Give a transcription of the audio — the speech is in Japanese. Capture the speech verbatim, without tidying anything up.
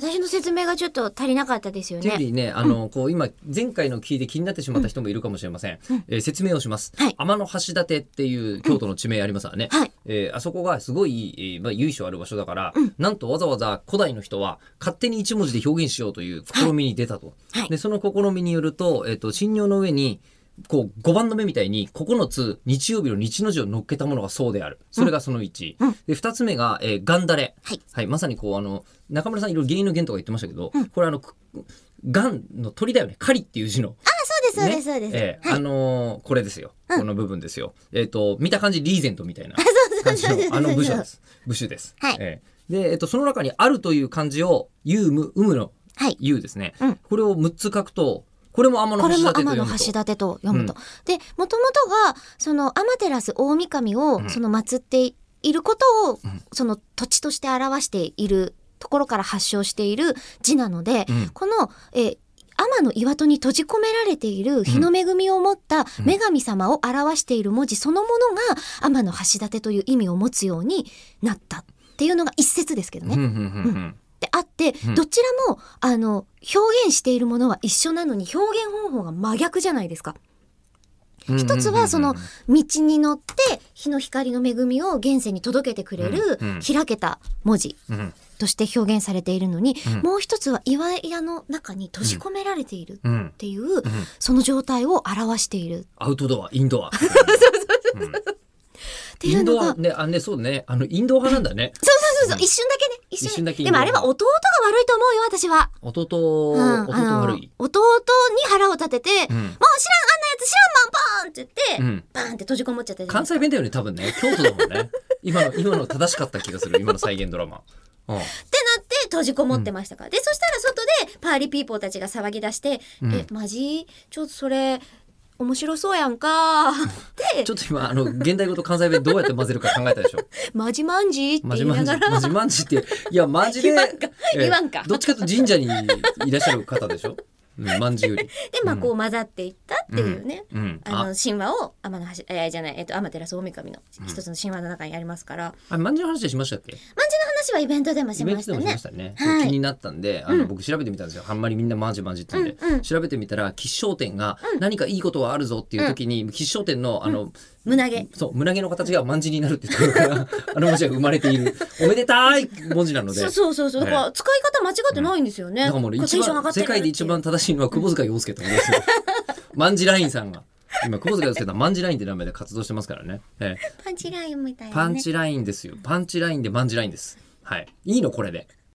私の説明がちょっと足りなかったですよね。 というよりね、あの、うん、こう今前回の聞いて気になってしまった人もいるかもしれません。うん、えー、説明をします。はい、天橋立っていう京都の地名ありますわね。うん、はい、えー、あそこがすごい、えーまあ、由緒ある場所だから、うん、なんとわざわざ古代の人は勝手に一文字で表現しようという試みに出たと。はい、でその試みによると、えーと、神尿の上にこうごばんの目みたいにここのつ日曜日の日の字を乗っけたものがそうである。それがそのいち、うん、でふたつめが、えー、ガンダレ、はいはい、まさにこうあの中村さんいろいろ原因の原とか言ってましたけど、うん、これあのガンの鳥だよね。狩りっていう字の、 あ、そうですそうですそうです、 えーはい、あのー、これですよ、うん、この部分ですよ。えっ、ー、と見た感じリーゼントみたいな感じのあの部署です部首です、はい、えー、で、えー、とその中にあるという漢字をユームウムのユーですね、はい、うん、これをむっつ書くとこれも天橋立と読むと。これも天橋立と読むと、うん、でもともとがその天照大神をその祀っていることを、うん、その土地として表しているところから発祥している字なので、うん、この、えー、天の岩戸に閉じ込められている日の恵みを持った女神様を表している文字そのものが天橋立という意味を持つようになったっていうのが一説ですけどね。うんうんうんうんであって、うん、どちらもあの表現しているものは一緒なのに表現方法が真逆じゃないですか。一つはその道に乗って日の光の恵みを現世に届けてくれる開けた文字として表現されているのに、うん、もう一つは岩屋の中に閉じ込められているっていう、うんうん、その状態を表している。 アウトドア、インドアそうそうそうそう、うんっていうのがインドアね、あね、そうね、あのインド派なんだね。 そうそうそうそう、うん、一瞬だけね、一瞬、一瞬だけ。でもあれは弟が悪いと思うよ、私は。 弟、うん、弟悪い。 弟に腹を立てて、うん、もう知らんあんなやつ知らんもん、パーンって言って、うん、バーンって閉じこもっちゃって。 関西弁だよね、多分ね、京都だもんね。今の今の正しかった気がする、今の再現ドラマ。 うん、ってなって閉じこもってましたから、うん、でそしたら外でパーリーピーポーたちが騒ぎ出して、うん、えマジちょっとそれ面白そうやんかってちょっと今あの現代語と関西弁どうやって混ぜるか考えたでしょ。 マジマンジって言いながらマジマンジっていやマジで言わんか、えー、言わんかどっちかと神社にいらっしゃる方でしょ。うん、まんじゅうよりでまあこう混ざっていったっていうね、うんうん、あの神話を天の橋、えー、じゃない、えっと、天照大神の一つの神話の中にありますから、うん、 あれまんじゅうの話しましたっけ。 まんじゅうの話はイベントでもしましたね。イベントでもしましたね、 はい、気になったんであの、うん、僕調べてみたんですよ。あんまりみんなまじまじってんで、うんうん、調べてみたら吉祥天が何かいいことはあるぞっていう時に、うん、吉祥天のあの、うん胸毛そう胸毛の形がまんじになるっていうところからあの文字が生まれているおめでたい文字なので、 そうそうそうそう、だから使い方間違ってないんですよね、うん、 だからもう一番世界で一番正しいのは窪塚洋介と思いますよまんじラインさんが今窪塚洋介さんまんじラインって名前で活動してますからね、えー、パンチラインみたいな、ね、 パンチラインですよ。パンチラインでまんじラインです。はい、いいのこれで